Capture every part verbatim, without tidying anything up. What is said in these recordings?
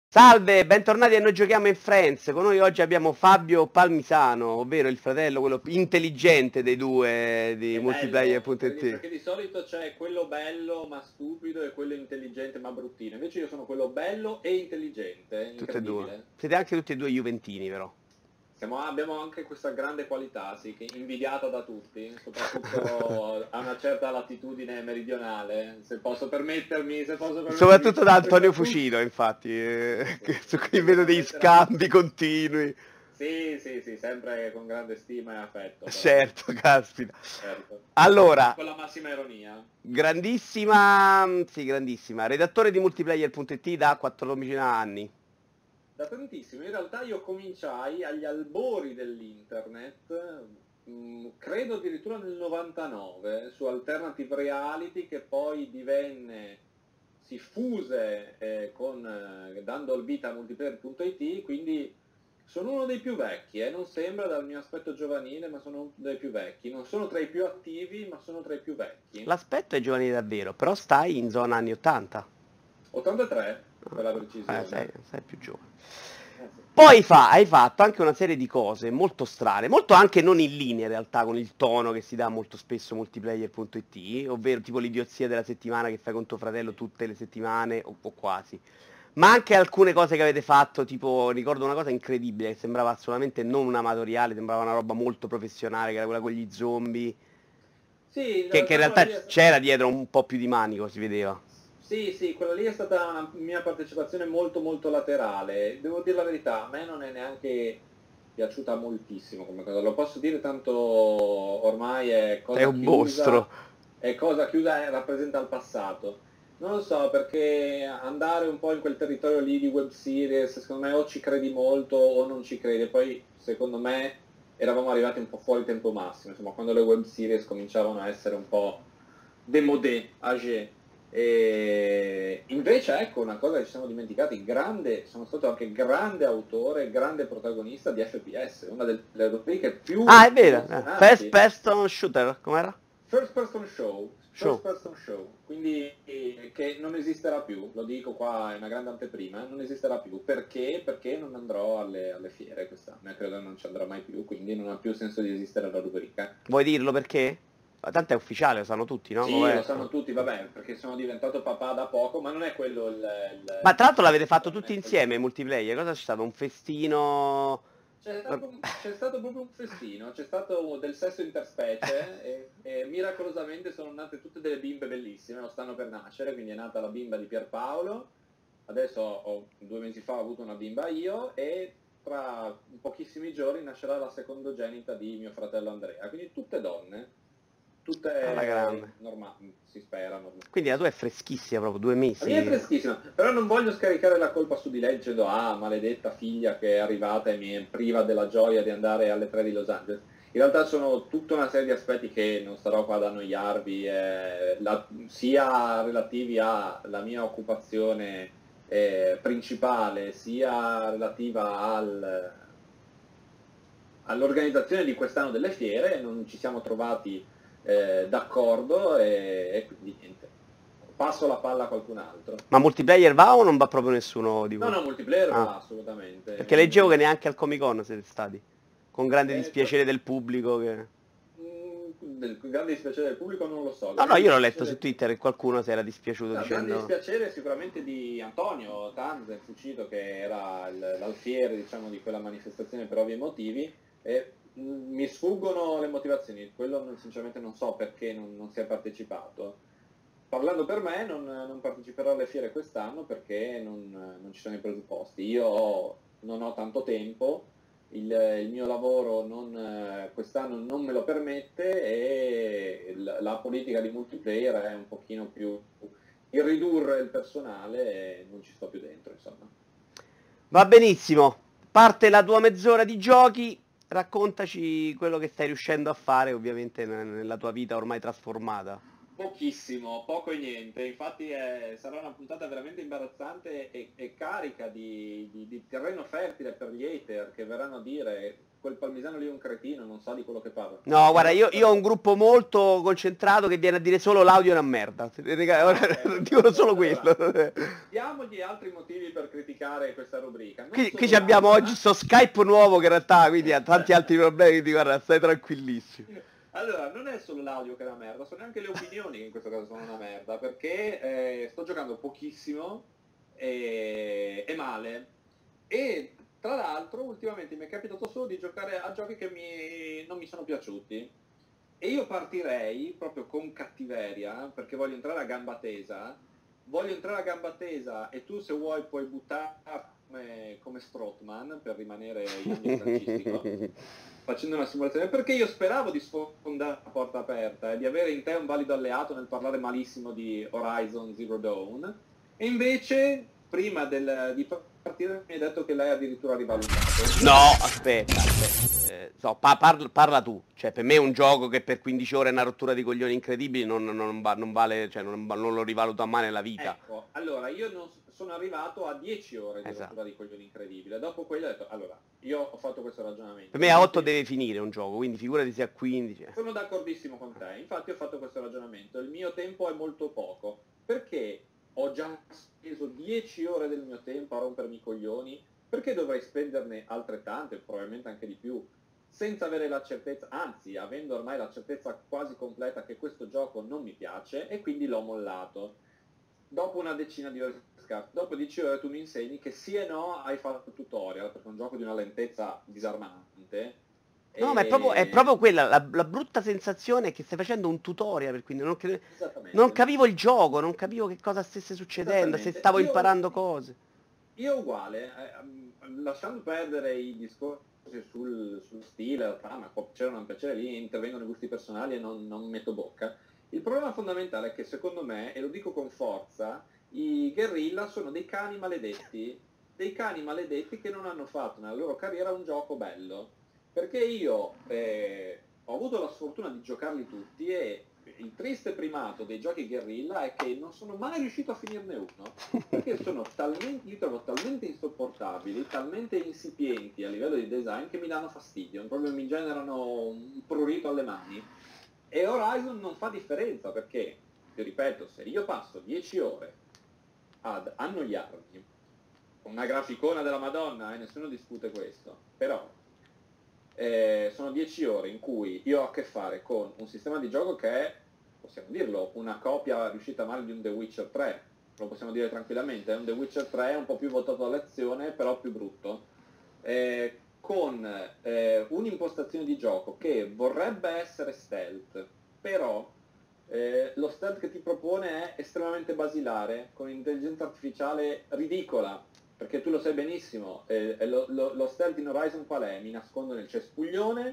Salve, bentornati a Noi Giochiamo in Friends. Con noi oggi abbiamo Fabio Palmisano, ovvero il fratello, quello più intelligente dei due di Che bello, incredibile, multiplayer punto it. perché di solito c'è quello bello ma stupido e quello intelligente ma bruttino. Invece io sono quello bello e intelligente, Tutte e due. incredibile. Siete anche tutti e due juventini, però. Siamo- abbiamo anche questa grande qualità, sì, che invidiata da tutti, soprattutto a una certa latitudine meridionale, se posso permettermi, se posso permettermi Soprattutto da questa Antonio puzza. Fucino, infatti, Sì, eh, sì, su sì, cui se vedo devo degli mettere a scambi disposizione. continui. Sì, sì, sì, sempre con grande stima e affetto, però, Certo, caspita. certo. Allora, Con la massima ironia. grandissima, sì, grandissima, redattore di multiplayer punto it da quattordici anni. Da tantissimo, in realtà io cominciai agli albori dell'internet, mh, credo addirittura nel novantanove, su Alternative Reality, che poi divenne, si fuse eh, con, eh, dando il vita a multiplayer punto it, quindi sono uno dei più vecchi, eh, non sembra dal mio aspetto giovanile, ma sono uno dei più vecchi. Non sono tra i più attivi, ma sono tra i più vecchi. L'aspetto è giovanile davvero, però stai in zona anni ottanta. ottantatré, per la Eh, sei, precisione. sei più giovane. Eh sì. Poi fa, hai fatto anche una serie di cose molto strane, molto anche non in linea in realtà con il tono che si dà molto spesso multiplayer punto it, ovvero tipo l'idiozia della settimana che fai con tuo fratello tutte le settimane o, o quasi. Ma anche alcune cose che avete fatto, tipo ricordo una cosa incredibile che sembrava assolutamente non un amatoriale, sembrava una roba molto professionale, che era quella con gli zombie, Sì, in che, che in realtà quella realtà lì è... c'era dietro un po' più di manico, si vedeva. Sì, sì, quella lì è stata una mia partecipazione molto molto laterale. Devo dire la verità, a me non è neanche piaciuta moltissimo come cosa. Lo posso dire tanto ormai è Sei cosa un mostro. chiusa, è cosa chiusa e rappresenta il passato. Non lo so, perché andare un po' in quel territorio lì di web series, secondo me o ci credi molto o non ci credi. Poi, secondo me, eravamo arrivati un po' fuori tempo massimo, insomma, quando le web series cominciavano a essere un po' démodé, âgé. E invece ecco una cosa che ci siamo dimenticati, grande, sono stato anche grande autore, grande protagonista di F P S, una delle rubriche più Ah, è vero, eh. First emozionanti. person shooter, com'era? First person show, first Show. person show, quindi eh, che non esisterà più, lo dico qua, è una grande anteprima, non esisterà più. Perché? Perché non andrò alle, alle fiere quest'anno, e credo che non ci andrò mai più, quindi non ha più senso di esistere la rubrica. Vuoi dirlo perché? Ma tanto è ufficiale, lo sanno tutti, no? Sì, Com'è? lo sanno tutti, vabbè, perché sono diventato papà da poco, ma non è quello il, Ma il- tra l'altro l'avete fatto non tutti è quello. insieme, multiplayer, cosa c'è stato? Un festino... C'è stato, un- c'è stato proprio un festino, c'è stato del sesso interspecie e, e miracolosamente sono nate tutte delle bimbe bellissime, o stanno per nascere, quindi è nata la bimba di Pierpaolo, adesso ho, due mesi fa ho avuto una bimba io e tra pochissimi giorni nascerà la secondogenita di mio fratello Andrea, quindi tutte donne, Alla tutte grande. normali, si spera. Normali. Quindi la tua è freschissima, proprio due La mia è mesi. freschissima, però non voglio scaricare la colpa su di lei dicendo ah, maledetta figlia che è arrivata e mi è priva della gioia di andare alle tre di Los Angeles. In realtà sono tutta una serie di aspetti che non starò qua ad annoiarvi, eh, la- sia relativi alla mia occupazione eh, principale, sia relativa al- all'organizzazione di quest'anno delle fiere, non ci siamo trovati eh, d'accordo e, e quindi niente. Passo la palla a qualcun altro. Ma multiplayer va o non va proprio nessuno di No, voi? no, multiplayer Ah, va assolutamente. perché leggevo che neanche al Comic Con siete stati. Con grande Eh, que- dispiacere del pubblico che... mm, del grande dispiacere del pubblico non lo so, No, no, grande io l'ho letto su dispiacere, Twitter che qualcuno si era dispiaciuto no, grande dicendo... dispiacere sicuramente di Antonio Tanzen Fucito, che era il- l'alfiere, diciamo, di quella manifestazione per ovvi motivi, e mm, mi sfuggono le motivazioni, quello non- sinceramente non so perché non, non sia partecipato. Parlando per me, non, non parteciperò alle fiere quest'anno perché non, non ci sono i presupposti. Io ho- non ho tanto tempo, il, il mio lavoro non, eh, quest'anno non me lo permette e la, la politica di multiplayer è un pochino più il ridurre il personale e non ci sto più dentro, insomma. Va benissimo, parte la tua mezz'ora di giochi, raccontaci quello che stai riuscendo a fare ovviamente ne- nella tua vita ormai trasformata. Pochissimo, poco e niente, infatti è, sarà una puntata veramente imbarazzante e, e carica di, di, di terreno fertile per gli hater che verranno a dire quel Palmisano lì è un cretino, non sa di quello che parla. No, guarda, Io, io, io ho un gruppo molto concentrato che viene a dire solo l'audio è una merda. ah, okay, Dicono solo allora, quello. diamogli altri motivi per criticare questa rubrica. Non Qui, qui solo ci abbiamo l'audio, oggi sto Skype nuovo che in realtà quindi ha tanti altri problemi, quindi guarda, stai tranquillissimo. allora, non è solo l'audio che è una merda, sono anche le opinioni che in questo caso sono una merda, perché eh, sto giocando pochissimo e, e male. E tra l'altro ultimamente mi è capitato solo di giocare a giochi che mi, non mi sono piaciuti. E io partirei proprio con cattiveria, perché voglio entrare a gamba tesa, voglio entrare a gamba tesa e tu se vuoi puoi buttare come, come Strotman per rimanere in ambito calcistico, facendo una simulazione, perché io speravo di sfondare la porta aperta e di avere in te un valido alleato nel parlare malissimo di Horizon Zero Dawn, e invece prima del, di partire mi hai detto che l'hai addirittura rivalutato. No, aspetta, aspetta. Eh, so, pa- parla, parla tu, cioè per me è un gioco che per quindici ore è una rottura di coglioni incredibili, non, non- non va- non vale, cioè non, non lo rivaluto mai nella vita. Ecco, allora io non s- sono arrivato a dieci ore di Esatto. rottura di coglioni incredibile. Dopo quello ho detto, allora, io ho fatto questo ragionamento. Per me a otto Infatti, deve finire un gioco, quindi figurati se a quindici. eh. sono d'accordissimo con te, infatti ho fatto questo ragionamento. Il mio tempo è molto poco, perché ho già speso dieci ore del mio tempo a rompermi i coglioni, perché dovrei spenderne altrettante, probabilmente anche di più, senza avere la certezza, anzi avendo ormai la certezza quasi completa che questo gioco non mi piace, e quindi l'ho mollato. Dopo una decina di ore di scarto, dopo dieci ore tu mi insegni che sì e no hai fatto il tutorial, perché è un gioco di una lentezza disarmante. No, ma è proprio, è E... proprio quella, la, la brutta sensazione che stai facendo un tutorial, quindi non, cre- non Esattamente. capivo il gioco, non capivo che cosa stesse succedendo, se Esattamente. stavo Io, imparando cose. io uguale, eh, mm, lasciando perdere i discorsi sul, sul stile, la trama, può piacere o non piacere, lì intervengono i gusti personali e non, non metto bocca. Il problema fondamentale è che secondo me, e lo dico con forza, i guerrilla sono dei cani maledetti, dei cani maledetti che non hanno fatto nella loro carriera un gioco bello. Perché io eh, ho avuto la sfortuna di giocarli tutti e il triste primato dei giochi guerrilla è che non sono mai riuscito a finirne uno, perché sono talmente, li trovo talmente insopportabili, talmente insipienti a livello di design che mi danno fastidio, proprio mi generano un prurito alle mani. E Horizon non fa differenza perché, ti ripeto, se io passo dieci ore ad annoiarmi, una graficona della Madonna e eh, nessuno discute questo, però eh, sono dieci ore in cui io ho a che fare con un sistema di gioco che è, possiamo dirlo, una copia riuscita male di un The Witcher tre, lo possiamo dire tranquillamente, è un The Witcher tre un po' più votato all'azione, però più brutto, eh, con eh, un'impostazione di gioco che vorrebbe essere stealth, però eh, lo stealth che ti propone è estremamente basilare, con un'intelligenza artificiale ridicola, perché tu lo sai benissimo, eh, lo, lo, lo stealth in Horizon qual è? Mi nascondo nel cespuglione,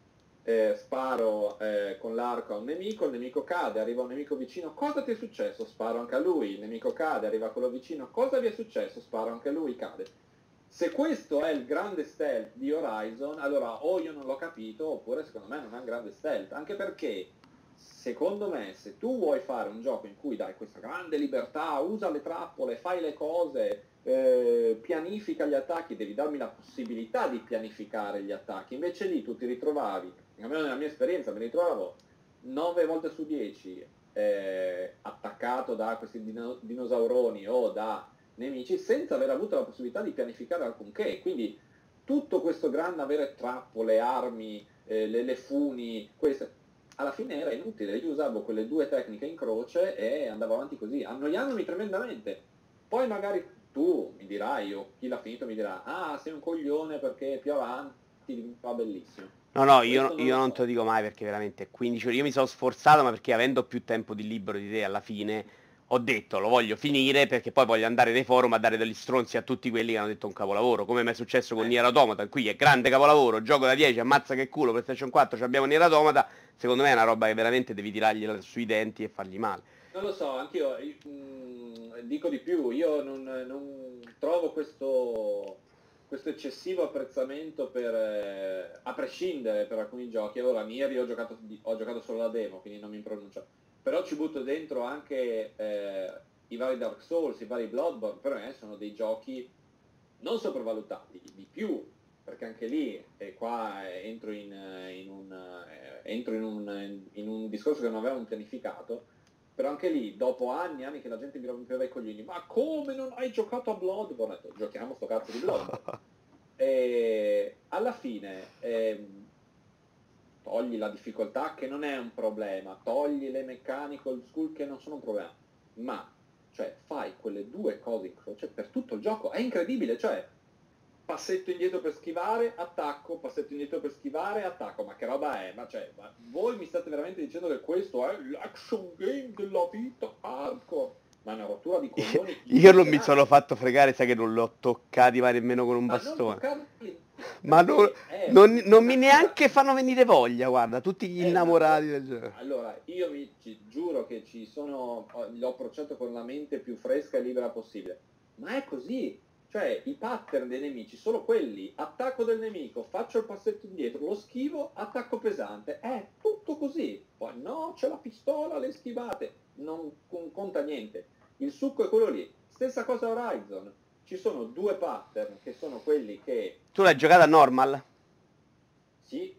eh, sparo eh, con l'arco a un nemico, il nemico cade, arriva un nemico vicino, cosa ti è successo? Sparo anche a lui, il nemico cade, arriva quello vicino, cosa vi è successo? Sparo anche a lui, cade. Se questo è il grande stealth di Horizon, allora o io non l'ho capito, oppure secondo me non è un grande stealth, anche perché secondo me se tu vuoi fare un gioco in cui dai questa grande libertà, usa le trappole, fai le cose, eh, pianifica gli attacchi, devi darmi la possibilità di pianificare gli attacchi, invece lì tu ti ritrovavi, almeno nella mia esperienza mi ritrovavo nove volte su dieci eh, attaccato da questi dino- dinosauroni o da nemici senza aver avuto la possibilità di pianificare alcunché, quindi tutto questo grande avere trappole, armi, eh, le, le funi, queste, alla fine era inutile, io usavo quelle due tecniche in croce e andavo avanti così, annoiandomi tremendamente. Poi magari tu mi dirai, o chi l'ha finito mi dirà, ah sei un coglione perché più avanti va bellissimo. No, no, io, Questo non io lo non so. te lo dico mai perché veramente è quindici ore. Io mi sono sforzato, ma perché avendo più tempo di libero di te alla fine ho detto lo voglio finire perché poi voglio andare nei forum a dare degli stronzi a tutti quelli che hanno detto un capolavoro. Come mi è successo con Eh, Nier Automata, qui è grande capolavoro, gioco da dieci, ammazza che culo, PlayStation quattro, ci abbiamo Nier Automata. Secondo me è una roba che veramente devi tirargli sui denti e fargli male. non lo so, anch'io io, mm, dico di più, io non, non trovo questo, questo eccessivo apprezzamento per, eh, a prescindere per alcuni giochi. Allora, Nier io ho giocato, di- ho giocato solo la demo, quindi non mi pronuncio. però ci butto dentro anche eh, i vari Dark Souls, i vari Bloodborne, per me sono dei giochi non sopravvalutati, di più, perché anche lì, e qua entro in, in, un, eh, entro in, un, in un discorso che non avevamo pianificato, però anche lì, dopo anni e anni che la gente mi rompeva i coglioni, ma come non hai giocato a Bloodborne? Ho detto, giochiamo sto cazzo di Bloodborne. E alla fine ehm, togli la difficoltà che non è un problema, togli le meccaniche old school che non sono un problema, ma cioè fai quelle due cose in croce per tutto il gioco, è incredibile, cioè passetto indietro per schivare, attacco, passetto indietro per schivare, attacco, ma che roba è? Ma cioè, ma voi mi state veramente dicendo che questo è l'action game della vita hardcore? Ma è una rottura di coglioni. Io non mi sono fatto fregare, sai che non l'ho toccati ma nemmeno con un ma bastone. Non ma non, è non, non mi neanche fanno venire voglia, guarda, tutti gli innamorati una... del gioco. Allora, io mi ci giuro che ci sono, l'ho approcciato con la mente più fresca e libera possibile, ma è così. Cioè, i pattern dei nemici sono quelli, attacco del nemico, faccio il passetto indietro, lo schivo, attacco pesante, è tutto così. Poi no, c'è la pistola, le schivate, non conta niente. Il succo è quello lì. Stessa cosa Horizon, ci sono due pattern che sono quelli che... Tu l'hai giocato a normal? Sì.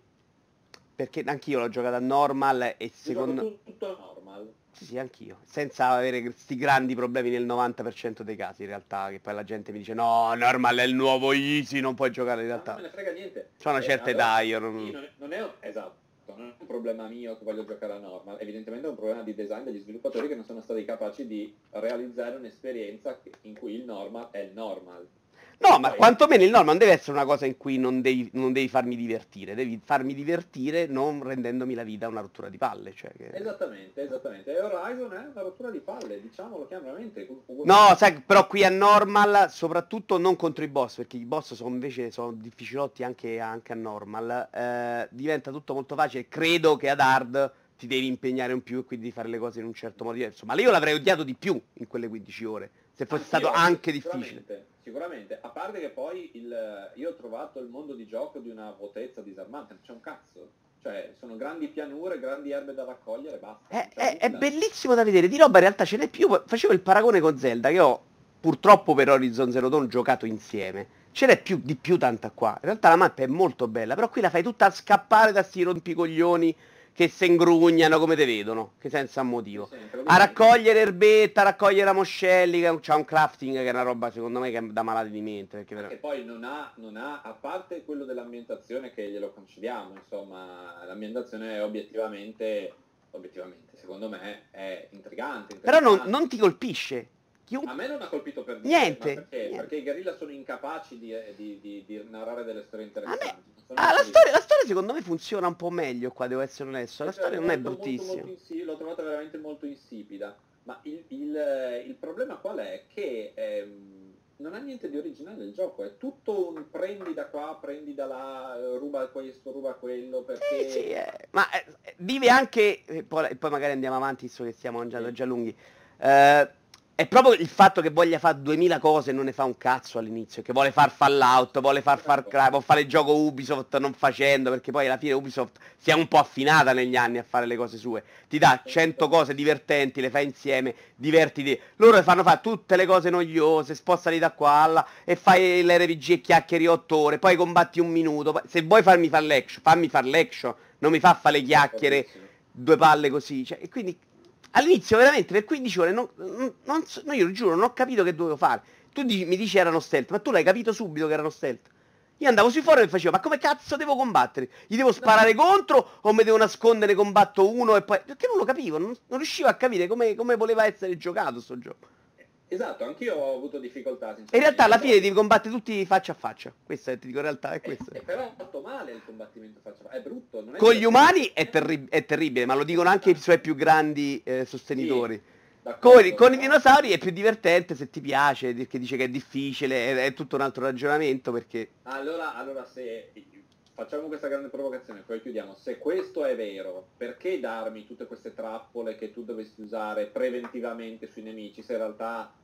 Perché anch'io l'ho giocato a normal e secondo... Gioco tutto a normal. Sì, sì, anch'io, senza avere questi grandi problemi nel novanta per cento dei casi in realtà, che poi la gente mi dice no, normal è il nuovo easy, non puoi giocare in realtà. No, non me ne frega niente. C'ho una eh, certa allora, età io. Non... Sì, non, è, non è esatto, non è un problema mio che voglio giocare a normal, evidentemente è un problema di design degli sviluppatori che non sono stati capaci di realizzare un'esperienza in cui il normal è il normal. No, ma quantomeno il normal non deve essere una cosa in cui non devi, non devi farmi divertire, devi farmi divertire non rendendomi la vita una rottura di palle. Cioè che... Esattamente, esattamente. E Horizon è una rottura di palle, diciamolo chiaramente. No, sai, però qui a normal, soprattutto non contro i boss, perché i boss sono invece sono difficilotti anche, anche a normal, eh, diventa tutto molto facile. Credo che ad hard ti devi impegnare un più e quindi fare le cose in un certo modo diverso. Ma io l'avrei odiato di più in quelle quindici ore, se fosse Anch'io, stato anche sicuramente, difficile. Sicuramente, a parte che poi il, io ho trovato il mondo di gioco di una vuotezza disarmante, non c'è un cazzo. Cioè, sono grandi pianure, grandi erbe da raccogliere, basta. È, è, è bellissimo da vedere, di roba in realtà ce n'è più. Facevo il paragone con Zelda, che ho purtroppo per Horizon Zero Dawn giocato insieme. Ce n'è più di più tanta qua. In realtà la mappa è molto bella, però qui la fai tutta a scappare da sti rompicoglioni che se ingrugnano come te vedono, che senza motivo. A raccogliere erbetta, a raccogliere ramoscelli, che c'ha un crafting che è una roba secondo me che è da malati di mente. Perché, perché poi non ha, non ha, a parte quello dell'ambientazione che glielo concediamo, insomma, l'ambientazione è obiettivamente, obiettivamente, secondo me, è intrigante. Però non, non ti colpisce. Chiun... A me non ha colpito per niente. Perché? niente. Perché i guerrilla sono incapaci di, di, di, di narrare delle storie interessanti. Ah, la, storia, la storia secondo me funziona un po' meglio qua, devo essere onesto. La storia non è bruttissima. Molto, molto insi- l'ho trovata veramente molto insipida. Ma il, il, il problema qual è? Che ehm, non ha niente di originale il gioco, è tutto un prendi da qua, prendi da là, ruba questo, ruba quello, perché... Sì, sì, eh. Ma eh, vive anche, e poi, poi magari andiamo avanti, visto che stiamo mangiando sì. già lunghi, eh, è proprio il fatto che voglia fare duemila cose e non ne fa un cazzo all'inizio, che vuole far Fallout, vuole far Far Cry, vuole fare il gioco Ubisoft non facendo, perché poi alla fine Ubisoft si è un po' affinata negli anni a fare le cose sue, ti dà cento cose divertenti, le fai insieme, divertiti, loro fanno fare tutte le cose noiose, spostali da qua là, e fai l'R P G e chiacchieri otto ore, poi combatti un minuto, se vuoi farmi fare l'action, fammi fare l'action, non mi fa fare le chiacchiere, due palle così, cioè, e quindi... All'inizio veramente per quindici ore non, non, non, no, io lo giuro, non ho capito che dovevo fare. Tu dici, mi dici erano stealth, ma tu l'hai capito subito che erano stealth. Io andavo sui forum e facevo, ma come cazzo devo combattere? Gli devo sparare no. contro o mi devo nascondere, combatto uno e poi... Perché non lo capivo, non, non riuscivo a capire come, come voleva essere giocato sto gioco. Esatto, anch'io ho avuto difficoltà. In realtà alla fine devi combattere tutti faccia a faccia. Questa ti dico in realtà è questa. E, e però è fatto male il combattimento faccia a faccia, è brutto. Non è Con gli umani è, terri- è terribile, ma lo dicono anche i suoi più grandi eh, sostenitori. Sì, con, con i dinosauri è più divertente se ti piace, perché dice che è difficile, è, è tutto un altro ragionamento perché... Allora, allora se... Facciamo questa grande provocazione, poi chiudiamo. Se questo è vero, perché darmi tutte queste trappole che tu dovresti usare preventivamente sui nemici, se in realtà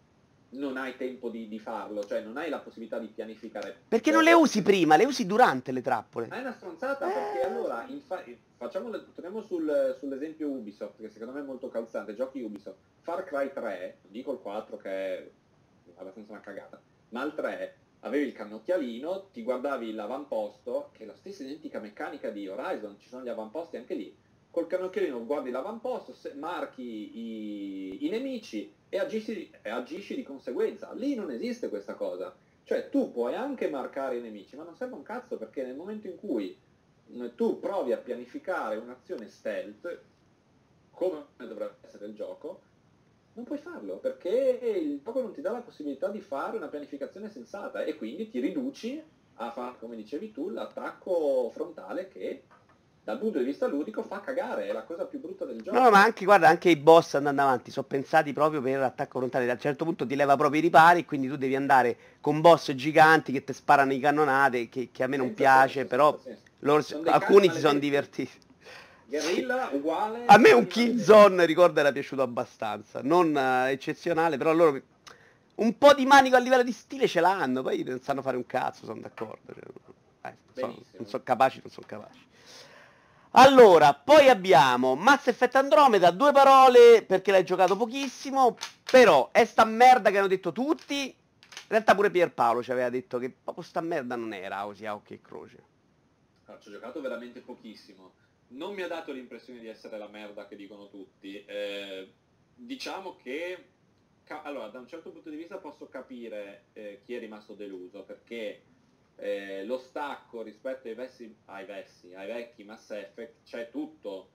non hai tempo di, di farlo, cioè non hai la possibilità di pianificare. Perché non le usi prima, le usi durante le trappole. Ma è una stronzata, Eh. perché allora, infa- facciamo le- torniamo sul- sull'esempio Ubisoft, che secondo me è molto calzante, giochi Ubisoft. Far Cry tre, dico il quattro che è abbastanza una cagata, ma al tre avevi il cannocchialino, ti guardavi l'avamposto, che è la stessa identica meccanica di Horizon, ci sono gli avamposti anche lì. Col cannocchialino guardi l'avamposto, se- marchi i, i nemici e agisci, e agisci di conseguenza. Lì non esiste questa cosa. Cioè tu puoi anche marcare i nemici, ma non serve un cazzo, perché nel momento in cui mh, tu provi a pianificare un'azione stealth, come dovrebbe essere il gioco, non puoi farlo, perché il gioco non ti dà la possibilità di fare una pianificazione sensata e quindi ti riduci a fare, come dicevi tu, l'attacco frontale che dal punto di vista ludico fa cagare, è la cosa più brutta del gioco. No, ma anche, guarda, anche i boss andando avanti sono pensati proprio per l'attacco frontale. A un certo punto ti leva proprio i ripari, quindi tu devi andare con boss giganti che ti sparano i cannonate, che, che a me non Senza piace, senso, però senza senso. loro- Sono dei alcuni cani si sono maledetti. divertiti. Guerrilla uguale. A me cani un maledetti. Killzone, ricordo, era piaciuto abbastanza. Non eh, eccezionale, però loro un po' di manico a livello di stile ce l'hanno. Poi non sanno fare un cazzo, sono d'accordo. Cioè, eh, non so- Benissimo. non sono capaci, non sono capaci. Allora, poi abbiamo Mass Effect Andromeda, due parole perché l'hai giocato pochissimo, però è sta merda che hanno detto tutti. In realtà pure Pierpaolo ci aveva detto che proprio sta merda non era così a occhio e croce. Allora, ci ho giocato veramente pochissimo. Non mi ha dato l'impressione di essere la merda che dicono tutti. Eh, diciamo che, ca- allora, da un certo punto di vista posso capire eh, chi è rimasto deluso, perché eh, lo stacco rispetto ai vessi, ai vessi, ai vecchi Mass Effect c'è tutto.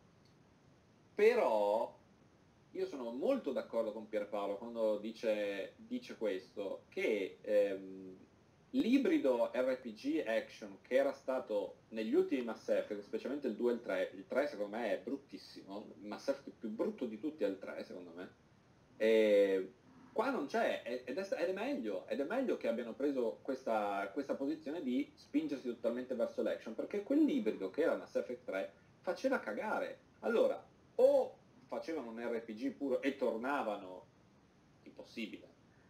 Però io sono molto d'accordo con Pierpaolo quando dice, dice questo, che ehm, l'ibrido R P G action che era stato negli ultimi Mass Effect, specialmente il due e il tre, il tre secondo me è bruttissimo, il Mass Effect più brutto di tutti è il tre secondo me, e qua non c'è, ed è, ed è meglio, ed è meglio che abbiano preso questa, questa posizione di spingersi totalmente verso l'action, perché quell'ibrido che era Mass Effect tre faceva cagare. Allora, o facevano un R P G puro e tornavano, impossibile,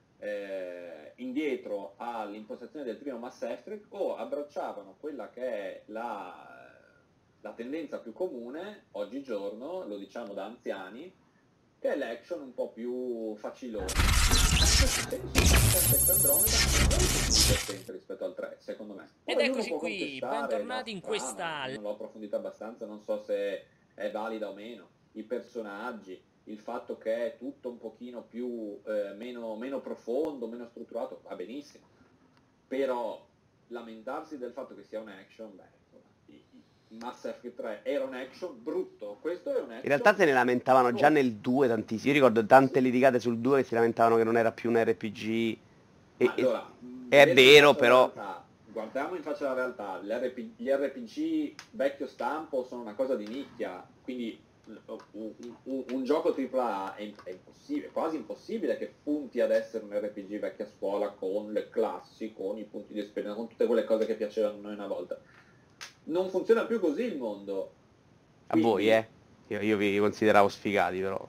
eh, indietro all'impostazione del primo Mass Effect, o abbracciavano quella che è la, la tendenza più comune oggigiorno, lo diciamo da anziani, che è l'action un po' più facilone. In questo senso Mass Effect Andromeda è molto più divertente rispetto al tre, secondo me. Ed Poi uno eccoci può qui, contestare bentornati la in trama, questa... io non l'ho approfondita abbastanza, non so se è valida o meno, i personaggi, il fatto che è tutto un pochino più eh, meno, meno profondo, meno strutturato, va benissimo, però lamentarsi del fatto che sia un action, beh, insomma, i- i- Mass Effect tre era un action brutto, questo è un action... In realtà se ne lamentavano già nel due tantissimo. Io ricordo tante litigate sul due che si lamentavano che non era più un R P G. E, Allora, e- è vediamo in vero, faccia la però. realtà. Guardiamo in faccia la realtà, l'R P gli R P G vecchio stampo sono una cosa di nicchia, quindi un, un- un gioco tripla A è, è impossibile, quasi impossibile che punti ad essere un R P G vecchia scuola con le classi, con i punti di esperienza, con tutte quelle cose che piacevano a noi una volta. Non funziona più così il mondo. A voi, eh. Io, io vi consideravo sfigati, però.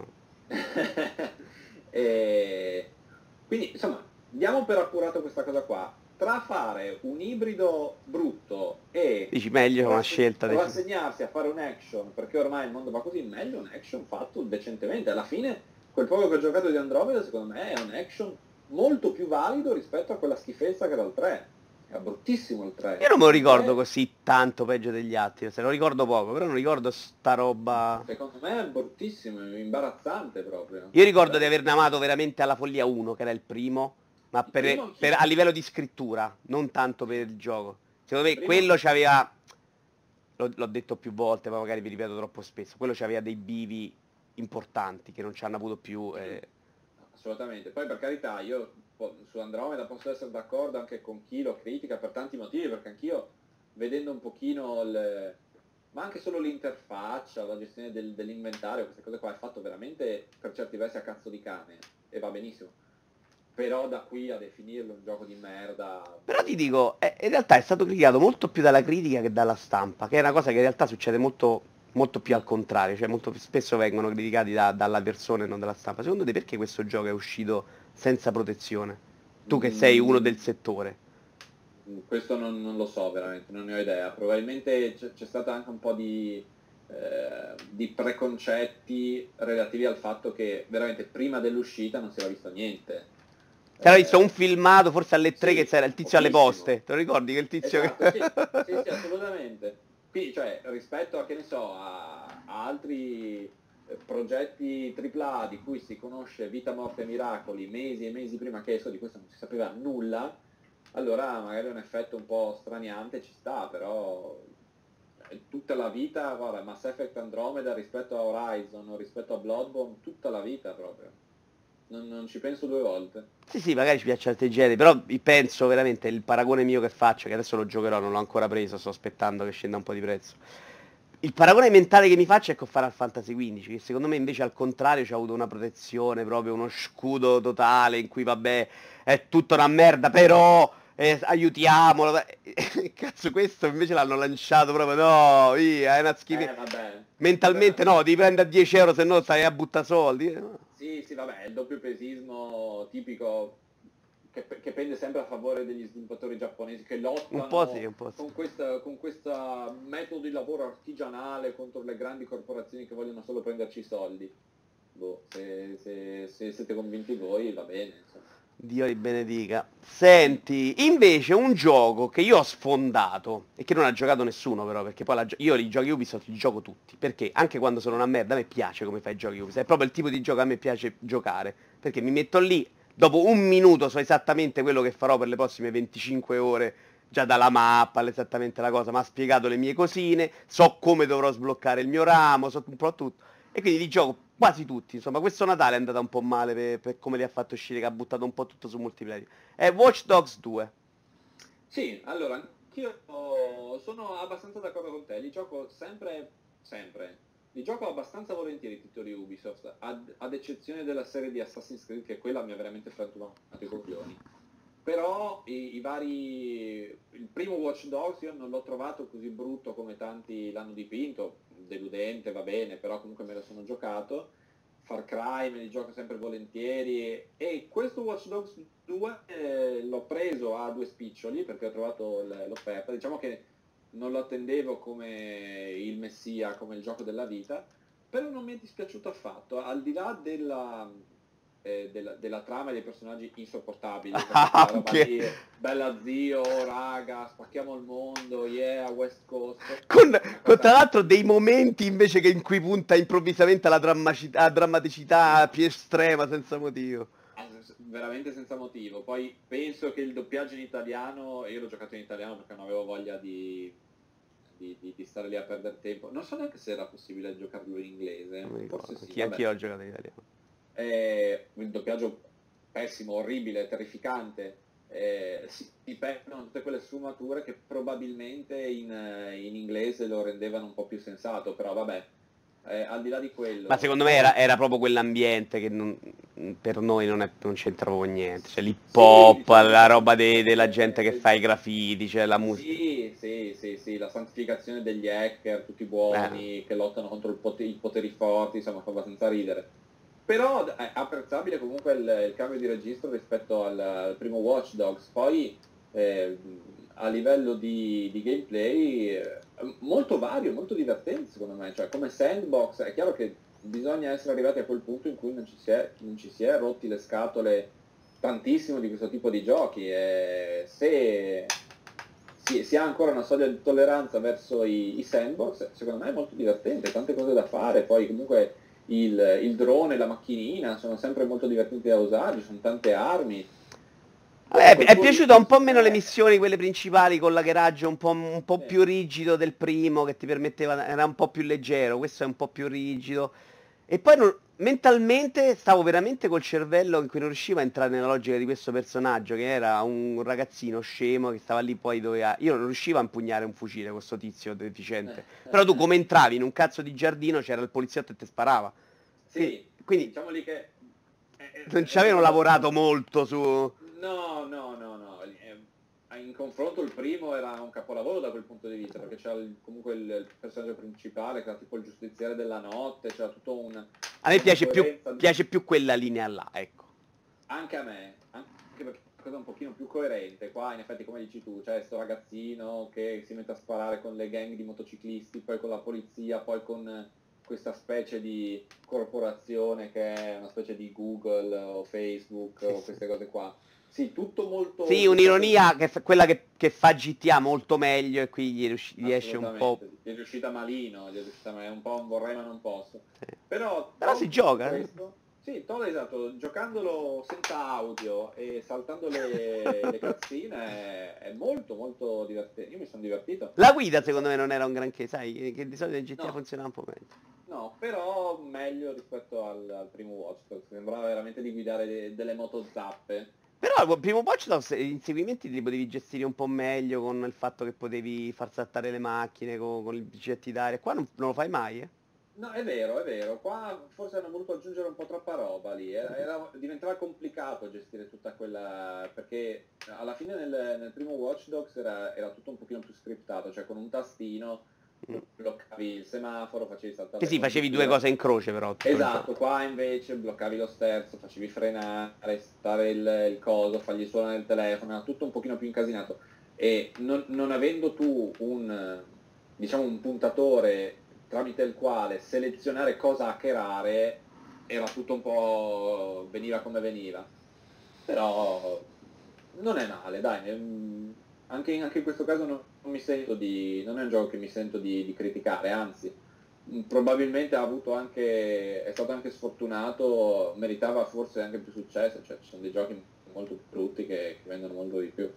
E quindi insomma diamo per appurato questa cosa qua, tra fare un ibrido brutto e Dici meglio una rasse- scelta. Dici. rassegnarsi a fare un action, perché ormai il mondo va così, meglio un action fatto decentemente. Alla fine quel poco che ho giocato di Andromeda secondo me è un action molto più valido rispetto a quella schifezza che era il tre. Era bruttissimo il tre. Io non me lo ricordo Eh, così tanto peggio degli altri, se lo ricordo poco, però non ricordo sta roba. secondo me è bruttissimo, è imbarazzante proprio. Io ricordo di averne amato veramente alla follia uno, che era il primo, ma Il per, primo anch'io. per- a livello di scrittura, non tanto per il gioco. Secondo me Primo- quello c'aveva, l'ho, l'ho detto più volte, ma magari vi ripeto troppo spesso, quello c'aveva dei bivi importanti che non ci hanno avuto più. eh. Assolutamente, poi per carità io po- su Andromeda posso essere d'accordo anche con chi lo critica per tanti motivi, perché anch'io vedendo un pochino il, ma anche solo l'interfaccia, la gestione del- dell'inventario, queste cose qua è fatto veramente per certi versi a cazzo di cane e va benissimo, però da qui a definirlo un gioco di merda... Però ti dico, eh, in realtà è stato criticato molto più dalla critica che dalla stampa, che è una cosa che in realtà succede molto, molto più al contrario, cioè molto spesso vengono criticati da- dalla persona e non dalla stampa. Secondo te perché questo gioco è uscito senza protezione? Tu che sei uno del settore. Questo non, non lo so veramente, non ne ho idea. Probabilmente c'è, c'è stato anche un po' di, eh, di preconcetti relativi al fatto che veramente prima dell'uscita non si era visto niente. C'era Eh, visto un filmato, forse alle tre, sì, che c'era il tizio alle pochissimo. poste. Te lo ricordi che il tizio Esatto, che... sì, sì, sì, assolutamente. Quindi, cioè, rispetto a, che ne so, a, a altri eh, progetti tripla A di cui si conosce Vita, Morte e Miracoli mesi e mesi prima che esco, di questo non si sapeva nulla, allora magari un effetto un po' straniante ci sta, però eh, tutta la vita, guarda, Mass Effect Andromeda rispetto a Horizon o rispetto a Bloodborne, tutta la vita proprio. Non, non ci penso due volte. Sì, sì, magari ci piace altri generi, però penso veramente, il paragone mio che faccio, che adesso lo giocherò, non l'ho ancora preso, sto aspettando che scenda un po' di prezzo. Il paragone mentale che mi faccio è con Final Fantasy quindici, che secondo me invece al contrario c'ha avuto una protezione, proprio uno scudo totale in cui vabbè è tutta una merda, però eh, aiutiamolo. Cazzo, questo invece l'hanno lanciato proprio, no, via, è una schifezza. Eh, vabbè. Mentalmente no, devi prendere dieci euro se no stai a buttare soldi. Eh, no. Sì, sì, vabbè, è il doppio pesismo tipico che, che pende sempre a favore degli sviluppatori giapponesi che Un po' sì, lottano un po' sì. con questa, con questa metodo di lavoro artigianale contro le grandi corporazioni che vogliono solo prenderci i soldi. Boh, se, se- se siete convinti voi va bene, insomma. Dio li benedica. Senti, invece un gioco che io ho sfondato e che non ha giocato nessuno però, perché poi la gio- io i giochi Ubisoft li gioco tutti, perché anche quando sono una merda a me piace come fai i giochi Ubisoft, è proprio il tipo di gioco che a me piace giocare, perché mi metto lì, dopo un minuto so esattamente quello che farò per le prossime venticinque ore, già dalla mappa, esattamente la cosa, mi ha spiegato le mie cosine, so come dovrò sbloccare il mio ramo, so un po' tutto. E quindi li gioco quasi tutti. Insomma, questo Natale è andata un po' male per, per come li ha fatto uscire, che ha buttato un po' tutto su multiplayer. È Watch Dogs due. Sì, allora, anch'io sono abbastanza d'accordo con te, li gioco sempre, sempre, li gioco abbastanza volentieri i titoli Ubisoft, ad, ad eccezione della serie di Assassin's Creed, che quella mi ha veramente frantumato i coglioni. Però i, i vari... il primo Watch Dogs io non l'ho trovato così brutto come tanti l'hanno dipinto, deludente va bene, però comunque me lo sono giocato. Far Cry me li gioco sempre volentieri e questo Watch Dogs due eh, l'ho preso a due spiccioli perché ho trovato l- l'offerta, diciamo che non lo attendevo come il messia, come il gioco della vita, però non mi è dispiaciuto affatto, al di là della, eh, della, della trama e dei personaggi insopportabili, perché quella roba Anche lì, bella zio, raga, spacchiamo il mondo, yeah, West Coast, con, una con tra cosa l'altro dei momenti invece che in cui punta improvvisamente alla drammaci- alla drammaticità più estrema senza motivo. ah, veramente senza motivo. Poi penso che il doppiaggio in italiano, io l'ho giocato in italiano perché non avevo voglia di, di, di- di stare lì a perdere tempo. Non so neanche se era possibile giocarlo in inglese, Non mi forse ricordo. sì, Chi vabbè. anch'io ho giocato in italiano. Eh, il doppiaggio pessimo, orribile, terrificante. Eh, si, si perdono tutte quelle sfumature che probabilmente in, eh, in inglese lo rendevano un po' più sensato, però vabbè, eh, al di là di Ma quello. secondo me era, era proprio quell'ambiente che non- per noi non, è- non c'entra proprio niente. Cioè l'hip Sì, hop, diciamo la che roba de- della gente che eh, fa i graffiti, cioè la musica. sì, sì, sì, sì, la santificazione degli hacker, tutti Eh. buoni, che lottano contro il pot- i poteri forti, insomma, fa abbastanza ridere. Però è apprezzabile comunque il, il cambio di registro rispetto al, al primo Watch Dogs. Poi eh, a livello di, di gameplay eh, molto vario, molto divertente secondo me. Cioè come sandbox è chiaro che bisogna essere arrivati a quel punto in cui non ci si è, non ci si è rotti le scatole tantissimo di questo tipo di giochi. E se si, si ha ancora una soglia di tolleranza verso i, i sandbox, secondo me è molto divertente, tante cose da fare. Poi comunque il, il drone, la macchinina sono sempre molto divertenti da usare, ci sono tante armi. Boh, Vabbè, col è tuo piaciuto un ritmo, po' meno le eh, missioni, quelle principali con l'hackeraggio un po', un po' eh, più rigido del primo, che ti permetteva, era un po' più leggero, questo è un po' più rigido. E poi non- mentalmente stavo veramente col cervello in cui non riuscivo a entrare nella logica di questo personaggio, che era un ragazzino scemo che stava lì poi doveva... Io non riuscivo a impugnare un fucile, questo tizio deficiente. Però tu come entravi in un cazzo di giardino, c'era il poliziotto e ti sparava. Quindi, sì, sì, quindi diciamo lì che è, è- non è ci avevano stato lavorato molto su... no, no, no, no. eh, In confronto il primo era un capolavoro da quel punto di vista, perché c'era il- comunque il, il personaggio principale, che era tipo il giustiziere della notte, c'era tutto un, A me tutta una piace più, coerenza. piace più quella linea là, ecco. anche a me, anche perché è una cosa un pochino più coerente, qua in effetti come dici tu, c'è sto ragazzino che si mette a sparare con le gang di motociclisti, poi con la polizia, poi con questa specie di corporazione che è una specie di Google o Facebook Sì, o sì. queste cose qua. Sì, tutto molto... Sì, un'ironia che fa- quella che, che fa G T A molto meglio e qui gli, riusci- gli esce un po'. Assolutamente, gli è riuscita malino, gli è riuscita ma- è un po' un vorrei ma non posso. Sì. Però Però si tolto tutto gioca, eh. questo, sì, tolto esatto, giocandolo senza audio e saltando le, le cazzine è, è molto molto divertente. Io mi sono divertito. La guida secondo me non era un granché, sai, che di solito in G T A No. funzionava un po' meglio. No, però meglio rispetto al, al primo Watch Dogs, sembrava veramente di guidare de- delle moto zappe. Però il primo Watch Dogs gli inseguimenti li potevi gestire un po' meglio con il fatto che potevi far saltare le macchine con, con i getti d'aria. Qua non, non lo fai mai, eh? No, è vero, è vero. Qua forse hanno voluto aggiungere un po' troppa roba lì. Era, era- diventava complicato gestire tutta quella... perché alla fine nel, nel primo Watch Dogs era, era tutto un pochino più scriptato, cioè con un tastino Mm. bloccavi il semaforo, facevi saltare Che le sì, facevi due condizioni. cose in croce però. tutto il Esatto, gioco. qua invece bloccavi lo sterzo, facevi frenare, stare il, il coso, fargli suonare il telefono, era tutto un pochino più incasinato. E non, non avendo tu un, diciamo, un puntatore tramite il quale selezionare cosa hackerare, era tutto un po'... veniva come veniva. Però non è male, dai. ehm, Anche in, anche in questo caso non, non mi sento di... non è un gioco che mi sento di, di criticare, anzi mh, probabilmente ha avuto anche, è stato anche sfortunato, meritava forse anche più successo, cioè ci sono dei giochi molto brutti che, che vendono molto di più.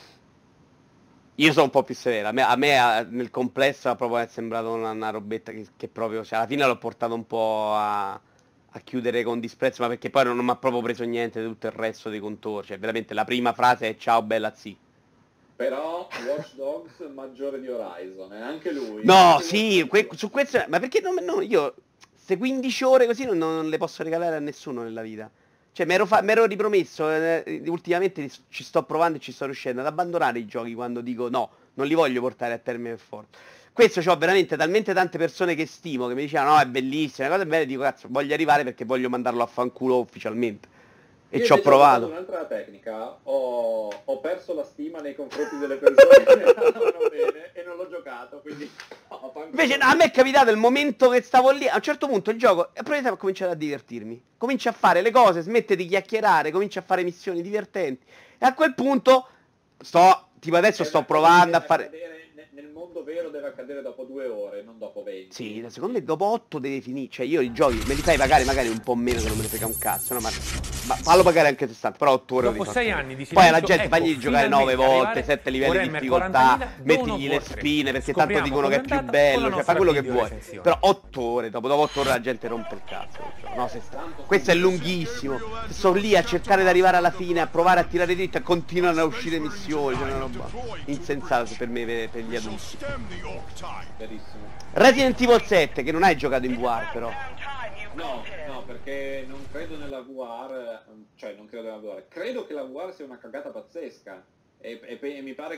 Io sono un po' più severo, a me, a me, a- nel complesso proprio è sembrato una, una robetta che, che proprio, cioè alla fine l'ho portato un po' a, a chiudere con disprezzo, ma perché poi non, non mi ha proprio preso niente di tutto il resto dei contorni, cioè veramente la prima frase è ciao bella zia. Però Watch Dogs maggiore di Horizon, e anche lui, No, anche Watch sì, que- Dogs... su questo, ma perché non, no, io, queste quindici ore così non, non le posso regalare a nessuno nella vita. Cioè, mi ero, fa- m'ero ripromesso, eh, ultimamente ci sto provando e ci sto riuscendo ad abbandonare i giochi quando dico no, non li voglio portare a termine per forza. Questo c'ho veramente talmente tante persone che stimo che mi dicevano no, è bellissima, una cosa bella, e dico cazzo, voglio arrivare perché voglio mandarlo a fanculo ufficialmente. E Io ci ho invece ho adottato provato. un'altra tecnica, ho, ho perso la stima nei confronti delle persone che mi andavano bene e non l'ho giocato, quindi no, Invece no, a me è capitato il momento che stavo lì, a un certo punto il gioco, e poi ho cominciato a divertirmi. Cominci a fare le cose, smette di chiacchierare, cominci a fare missioni divertenti. E a quel punto sto, tipo adesso è una sto cosa che provando a deve fare... accadere ne- nel mondo vero, deve accadere dopo due ore, non dopo Sì, venti. secondo me dopo otto devi finire. Cioè io i giochi me li fai pagare magari un po' meno che non me ne frega un cazzo, no? Ma, ma fallo pagare anche sessanta, però otto ore lo Dopo devi sei fare. anni di Poi alla silenzio, gente ecco, fagli giocare nove finalmente volte, arrivare sette livelli di Warhammer difficoltà, quarantamila, Dawn mettigli of le War tre. spine perché tanto Scopriamo dicono che è più commentata con la bello, cioè fai nostra quello che video vuoi. recensione. Però otto ore, dopo, dopo otto ore la gente rompe il cazzo. Cioè, no, se sta... Questo è lunghissimo. Sto lì a cercare di arrivare alla fine, a provare a tirare dritto e continuano a uscire missioni, cioè una roba insensata per me, per, per gli adulti. Verissimo. Resident Evil sette, che non hai giocato in V R però. No, no, perché non credo nella V R, cioè non credo nella V R, credo che la V R sia una cagata pazzesca e, e pe- e mi pare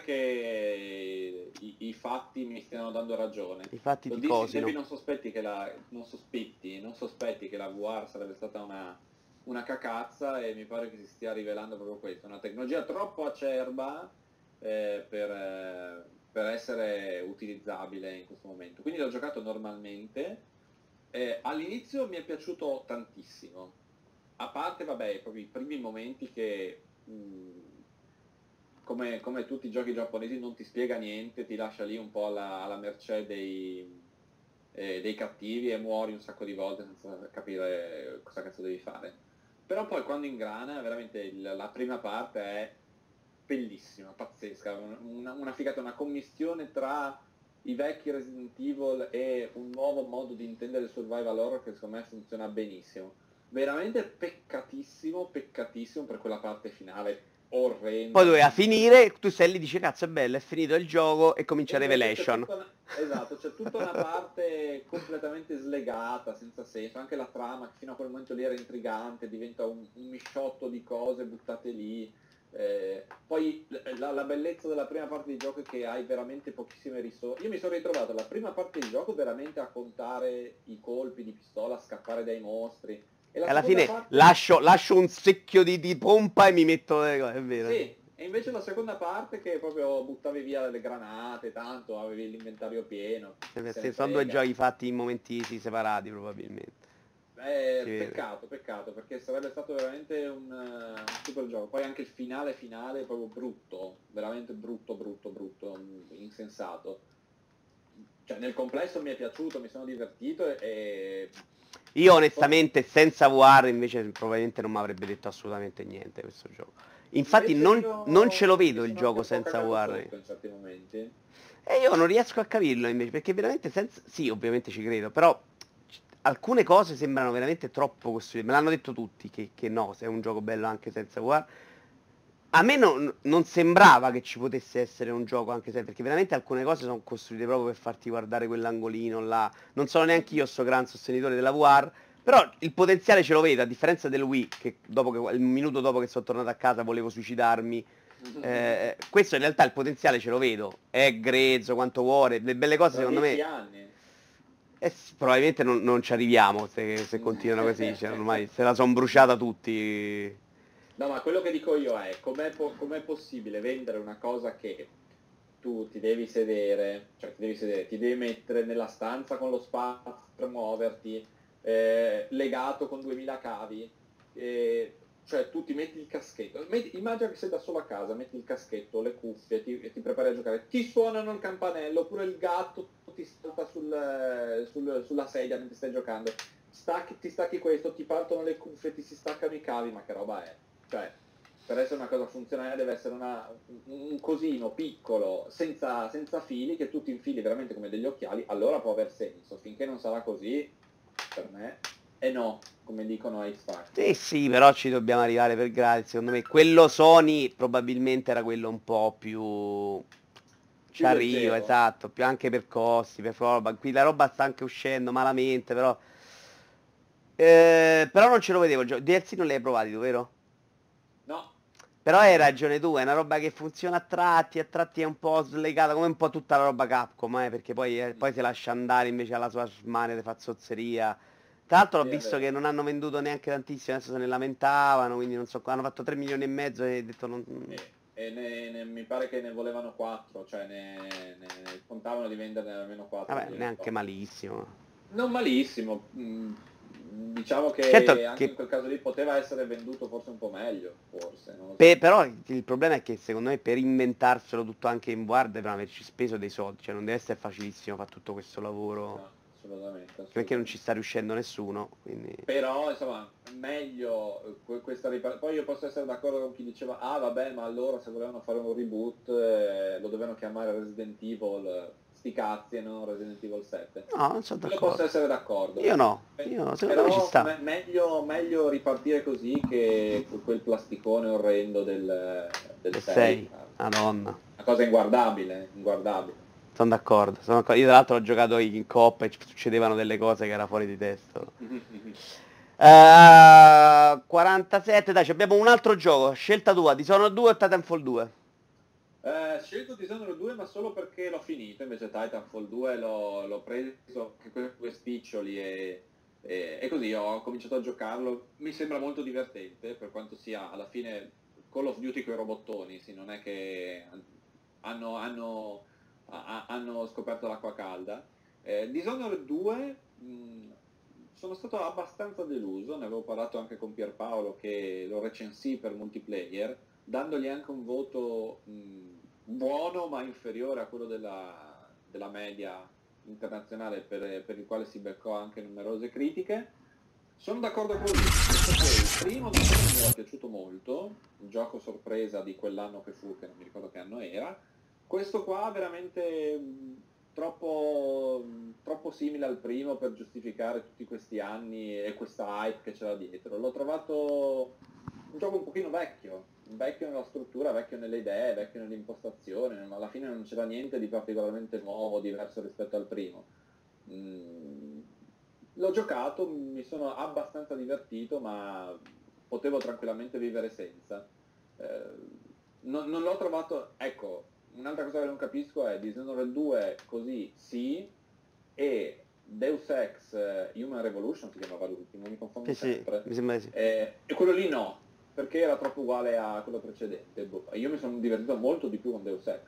che i, i fatti mi stiano dando ragione. I fatti Lo di dissi, cosino. Debbie non sospetti che la, non sospetti, non sospetti che la V R sarebbe stata una, una cacazza e mi pare che si stia rivelando proprio questo, una tecnologia troppo acerba eh, per, eh, per essere utilizzabile in questo momento. Quindi l'ho giocato normalmente. Eh, all'inizio mi è piaciuto tantissimo, a parte vabbè proprio i primi momenti che mh, come, come tutti i giochi giapponesi non ti spiega niente, ti lascia lì un po' alla, alla mercé dei, eh, dei cattivi e muori un sacco di volte senza capire cosa cazzo devi fare. Però poi quando ingrana veramente il- la prima parte è bellissima, pazzesca, una, una figata, una commistione tra i vecchi Resident Evil e un nuovo modo di intendere il survival horror che secondo me funziona benissimo. Veramente peccatissimo, peccatissimo per quella parte finale orrenda. Poi doveva finire, tu sei lì e dici cazzo è bello, è finito il gioco e comincia E invece c'è Revelation. tutta una- esatto, c'è tutta una parte completamente slegata, senza senso, anche la trama che fino a quel momento lì era intrigante, diventa un, un misciotto di cose buttate lì. Eh, poi la, la bellezza della prima parte di gioco è che hai veramente pochissime risorse. Io mi sono ritrovato la prima parte di gioco veramente a contare i colpi di pistola, a scappare dai mostri. E la alla seconda fine parte... lascio, lascio un secchio di, di pompa e mi metto le cose, è vero. Sì, e invece la seconda parte che proprio buttavi via le granate, tanto avevi l'inventario pieno, chi se ne Sono due frega. giochi fatti in momenti sì, separati probabilmente. Si Eh, vede. peccato, peccato, perché sarebbe stato veramente un, eh, un super gioco. Poi anche il finale finale è proprio brutto, veramente brutto, brutto, brutto, mm, insensato. Cioè nel complesso mi è piaciuto, mi sono divertito e... e Io forse- onestamente senza V R invece probabilmente non mi avrebbe detto assolutamente niente questo gioco. Infatti invece non, non ce lo io mi vedo il sono anche gioco un po' senza cagato V R. sotto in certi momenti. E io non riesco a capirlo invece, perché veramente senza... Sì, ovviamente ci credo, però c- alcune cose sembrano veramente troppo costruite. Me l'hanno detto tutti che, che no, se è un gioco bello anche senza V R. A me non, non sembrava che ci potesse essere un gioco anche se, perché veramente alcune cose sono costruite proprio per farti guardare quell'angolino là. Non sono neanche io sto gran sostenitore della V R, però il potenziale ce lo vedo, a differenza del Wii, che dopo che, il minuto dopo che sono tornato a casa volevo suicidarmi. Eh, questo in realtà il potenziale ce lo vedo. È grezzo quanto vuole, le belle cose Tra secondo dieci me. anni. Eh sì, probabilmente non, non ci arriviamo se, se continuano così, cioè, ormai se la sono bruciata tutti. No, ma quello che dico io è com'è, po- com'è possibile vendere una cosa che tu ti devi sedere, cioè ti devi sedere, ti devi mettere nella stanza con lo spazio per muoverti, eh, legato con duemila cavi, eh, cioè tu ti metti il caschetto, metti- immagina che sei da solo a casa, metti il caschetto, le cuffie ti- e ti prepari a giocare, ti suonano il campanello oppure il gatto ti salta sul, sul- sulla sedia mentre stai giocando, stacchi, ti stacchi questo, ti partono le cuffie, ti si staccano i cavi, ma che roba è? Cioè, per essere una cosa funzionale deve essere una- un, un cosino piccolo, senza, senza fili, che tu ti infili veramente come degli occhiali, allora può aver senso. Finché non sarà così, per me, è no, come dicono a X Sì, Factor. sì, però ci dobbiamo arrivare per gradi, secondo me. Quello Sony probabilmente era quello un po' più... Ci Più arriva, leggero. esatto, più anche per costi, per roba. Qui la roba sta anche uscendo malamente, però... Eh, però non ce lo vedevo il gioco. D L C non li hai provati tu, vero? No, Però hai no. ragione tu, è una roba che funziona a tratti, a tratti è un po' slegata, come un po' tutta la roba Capcom, eh, perché poi, eh, poi Mm, si lascia andare invece alla sua smania di fa zozzeria. Tra l'altro ho sì, è visto che vero. non hanno venduto neanche tantissimo, adesso se ne lamentavano, quindi non so, hanno fatto tre milioni e mezzo e ho detto non... E, e ne- ne- mi pare che ne volevano quattro, cioè ne, ne contavano di venderne almeno quattro Vabbè, milioni di neanche copie. malissimo. Non malissimo, mm, diciamo Certo che anche in che quel caso lì poteva essere venduto forse un po' meglio, forse, non lo pe- so. però il problema è che secondo me per inventarselo tutto anche in guardia devono averci speso dei soldi, cioè non deve essere facilissimo fare tutto questo lavoro, No, assolutamente, anche perché non ci assolutamente. sta riuscendo nessuno, quindi... Però, insomma, meglio eh, que- questa ripar- Poi io posso essere d'accordo con chi diceva, ah vabbè, ma allora se volevano fare un reboot eh, lo dovevano chiamare Resident Evil, eh, sti cazzi e non Resident Evil sette. No, non sono Io posso d'accordo. essere d'accordo. Io no, Pe- io secondo me ci Però sta. me- meglio, meglio ripartire così che que- quel plasticone orrendo del, del E sei. sei, Madonna. Una cosa inguardabile, inguardabile. Sono d'accordo, sono d'accordo. Io tra l'altro ho giocato in coop e ci succedevano delle cose che era fuori di testa. Eh, quarantasette, dai, ci abbiamo un altro gioco. Scelta tua, Dishonored due o Titanfall due? Eh, scelto Dishonored due ma solo perché l'ho finito, invece Titanfall due l'ho, l'ho preso che con due spiccioli e, e, e così ho cominciato a giocarlo. Mi sembra molto divertente per quanto sia alla fine Call of Duty con i robottoni, sì, non è che hanno, hanno, ha- hanno scoperto l'acqua calda. Eh, Dishonored due mh, sono stato abbastanza deluso, ne avevo parlato anche con Pierpaolo che lo recensì per multiplayer dandogli anche un voto mh, buono ma inferiore a quello della, della media internazionale per, per il quale si beccò anche numerose critiche. Sono d'accordo con lui, nel senso che il primo mi era piaciuto molto, il gioco sorpresa di quell'anno che fu, che non mi ricordo che anno era, questo qua veramente mh, troppo, mh, troppo simile al primo per giustificare tutti questi anni e questa hype che c'era dietro. L'ho trovato un gioco un pochino vecchio, vecchio nella struttura, vecchio nelle idee, vecchio nell'impostazione, ma alla fine non c'era niente di particolarmente nuovo, diverso rispetto al primo. Mm, l'ho giocato, mi sono abbastanza divertito, ma potevo tranquillamente vivere senza. Eh, non, non l'ho trovato, ecco, un'altra cosa che non capisco è Dishonored due così sì, e Deus Ex eh, Human Revolution si chiamava l'ultimo, mi confondo Sì, sì, sempre. mi sembra di sì. Eh, e quello lì no, perché era troppo uguale a quello precedente. Boh, io mi sono divertito molto di più con Deus Ex.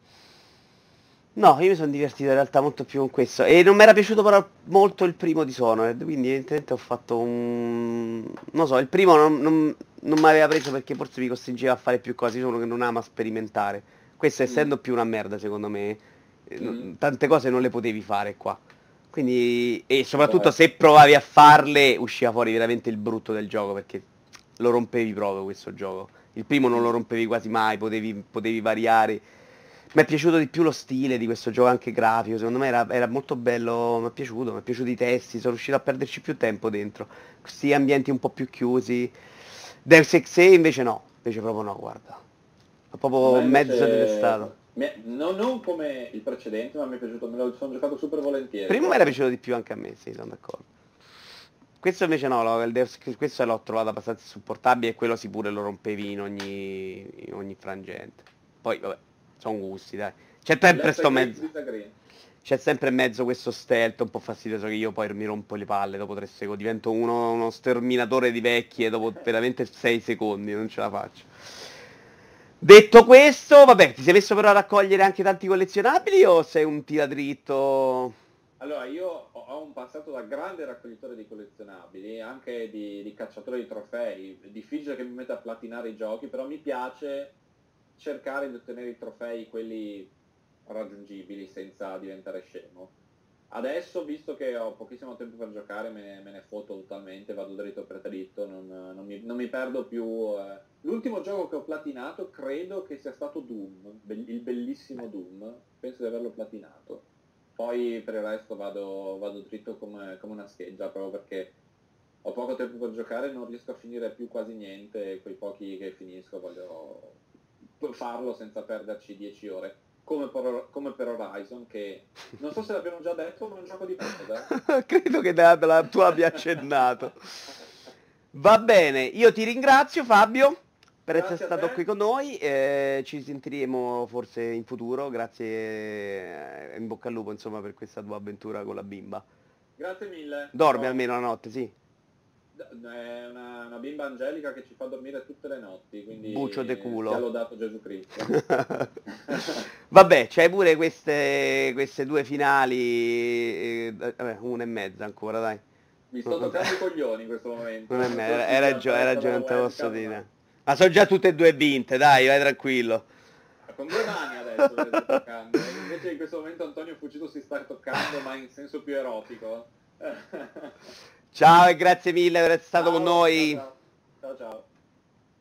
No, io mi sono divertito in realtà molto più con questo. E non mi era piaciuto però molto il primo Dishonored, quindi evidentemente ho fatto un... Non so, il primo non, non, non mi aveva preso perché forse mi costringeva a fare più cose, io sono uno che non ama sperimentare. Questo Mm. essendo più una merda secondo me, eh, Mm. non- tante cose non le potevi fare qua. Quindi, e Un po' soprattutto è. se provavi a farle, usciva fuori veramente il brutto del gioco, perché lo rompevi proprio questo gioco. Il primo non lo Mm. rompevi quasi mai, potevi, potevi variare. Mi è piaciuto di più lo stile di questo gioco, anche grafico, secondo me era, era molto bello, mi è piaciuto, mi è piaciuto i testi, sono riuscito a perderci più tempo dentro. Questi ambienti un po' più chiusi. Deus Ex invece no, invece proprio no, guarda. Ho A proprio me mezzo invece, detestato. mi è- no- non come il precedente, ma mi è piaciuto, me lo sono giocato super volentieri Prima mi era proprio. piaciuto di più anche a me, sì, sono d'accordo. Questo invece no, lo- il Deus Ex- questo l'ho trovato abbastanza insupportabile e quello sì pure lo rompevi in ogni, in ogni frangente. Poi, vabbè, sono gusti, dai. C'è sempre Let's sto agree to mezzo. disagree. C'è sempre in mezzo questo stealth un po' fastidioso che io poi mi rompo le palle dopo tre secondi. Divento uno, uno sterminatore di vecchie dopo veramente sei secondi, non ce la faccio. Detto questo, vabbè, ti sei messo però a raccogliere anche tanti collezionabili o sei un tiradritto? Allora, io ho ho un passato da grande raccoglitore di collezionabili, anche di, di cacciatore di trofei. È difficile che mi metta a platinare i giochi, però mi piace cercare di ottenere i trofei, quelli raggiungibili, senza diventare scemo. Adesso, visto che ho pochissimo tempo per giocare, me ne, me ne foto totalmente, vado dritto per dritto, non, non mi, non mi perdo più. eh. L'ultimo gioco che ho platinato credo che sia stato Doom, be- il bellissimo Doom, penso di averlo platinato. Poi per il resto vado, vado dritto come, come una scheggia, proprio perché ho poco tempo per giocare, non riesco a finire più quasi niente, e quei pochi che finisco voglio farlo senza perderci dieci ore. Come per, come per Horizon, che non so se l'abbiamo già detto, ma è un gioco di Bethesda. Credo che da- la, tu abbia accennato. Va bene, io ti ringrazio Fabio per essere Grazie a stato qui te, con noi, eh, ci sentiremo forse in futuro, grazie, eh, in bocca al lupo insomma per questa tua avventura con la bimba. grazie mille. Dormi Oh, almeno la notte, sì. è una, una bimba angelica che ci fa dormire tutte le notti, Bucio de quindi sia culo. lodato Gesù Cristo. Vabbè, c'hai pure queste, queste due finali, eh, vabbè, una e mezza ancora, dai. Mi sto toccando i coglioni in questo momento, Non è non me, so hai se si ragione, hai apprezza ragione, dalla non te lo posso webcam, ma dire. Ma sono già tutte e due vinte, dai, vai tranquillo. con due mani adesso me le sto toccando. E invece in questo momento Antonio Fucito si sta toccando, ma in senso più erotico. Ciao e grazie mille per essere stato con Ciao, ciao, noi. ciao. Ciao, ciao.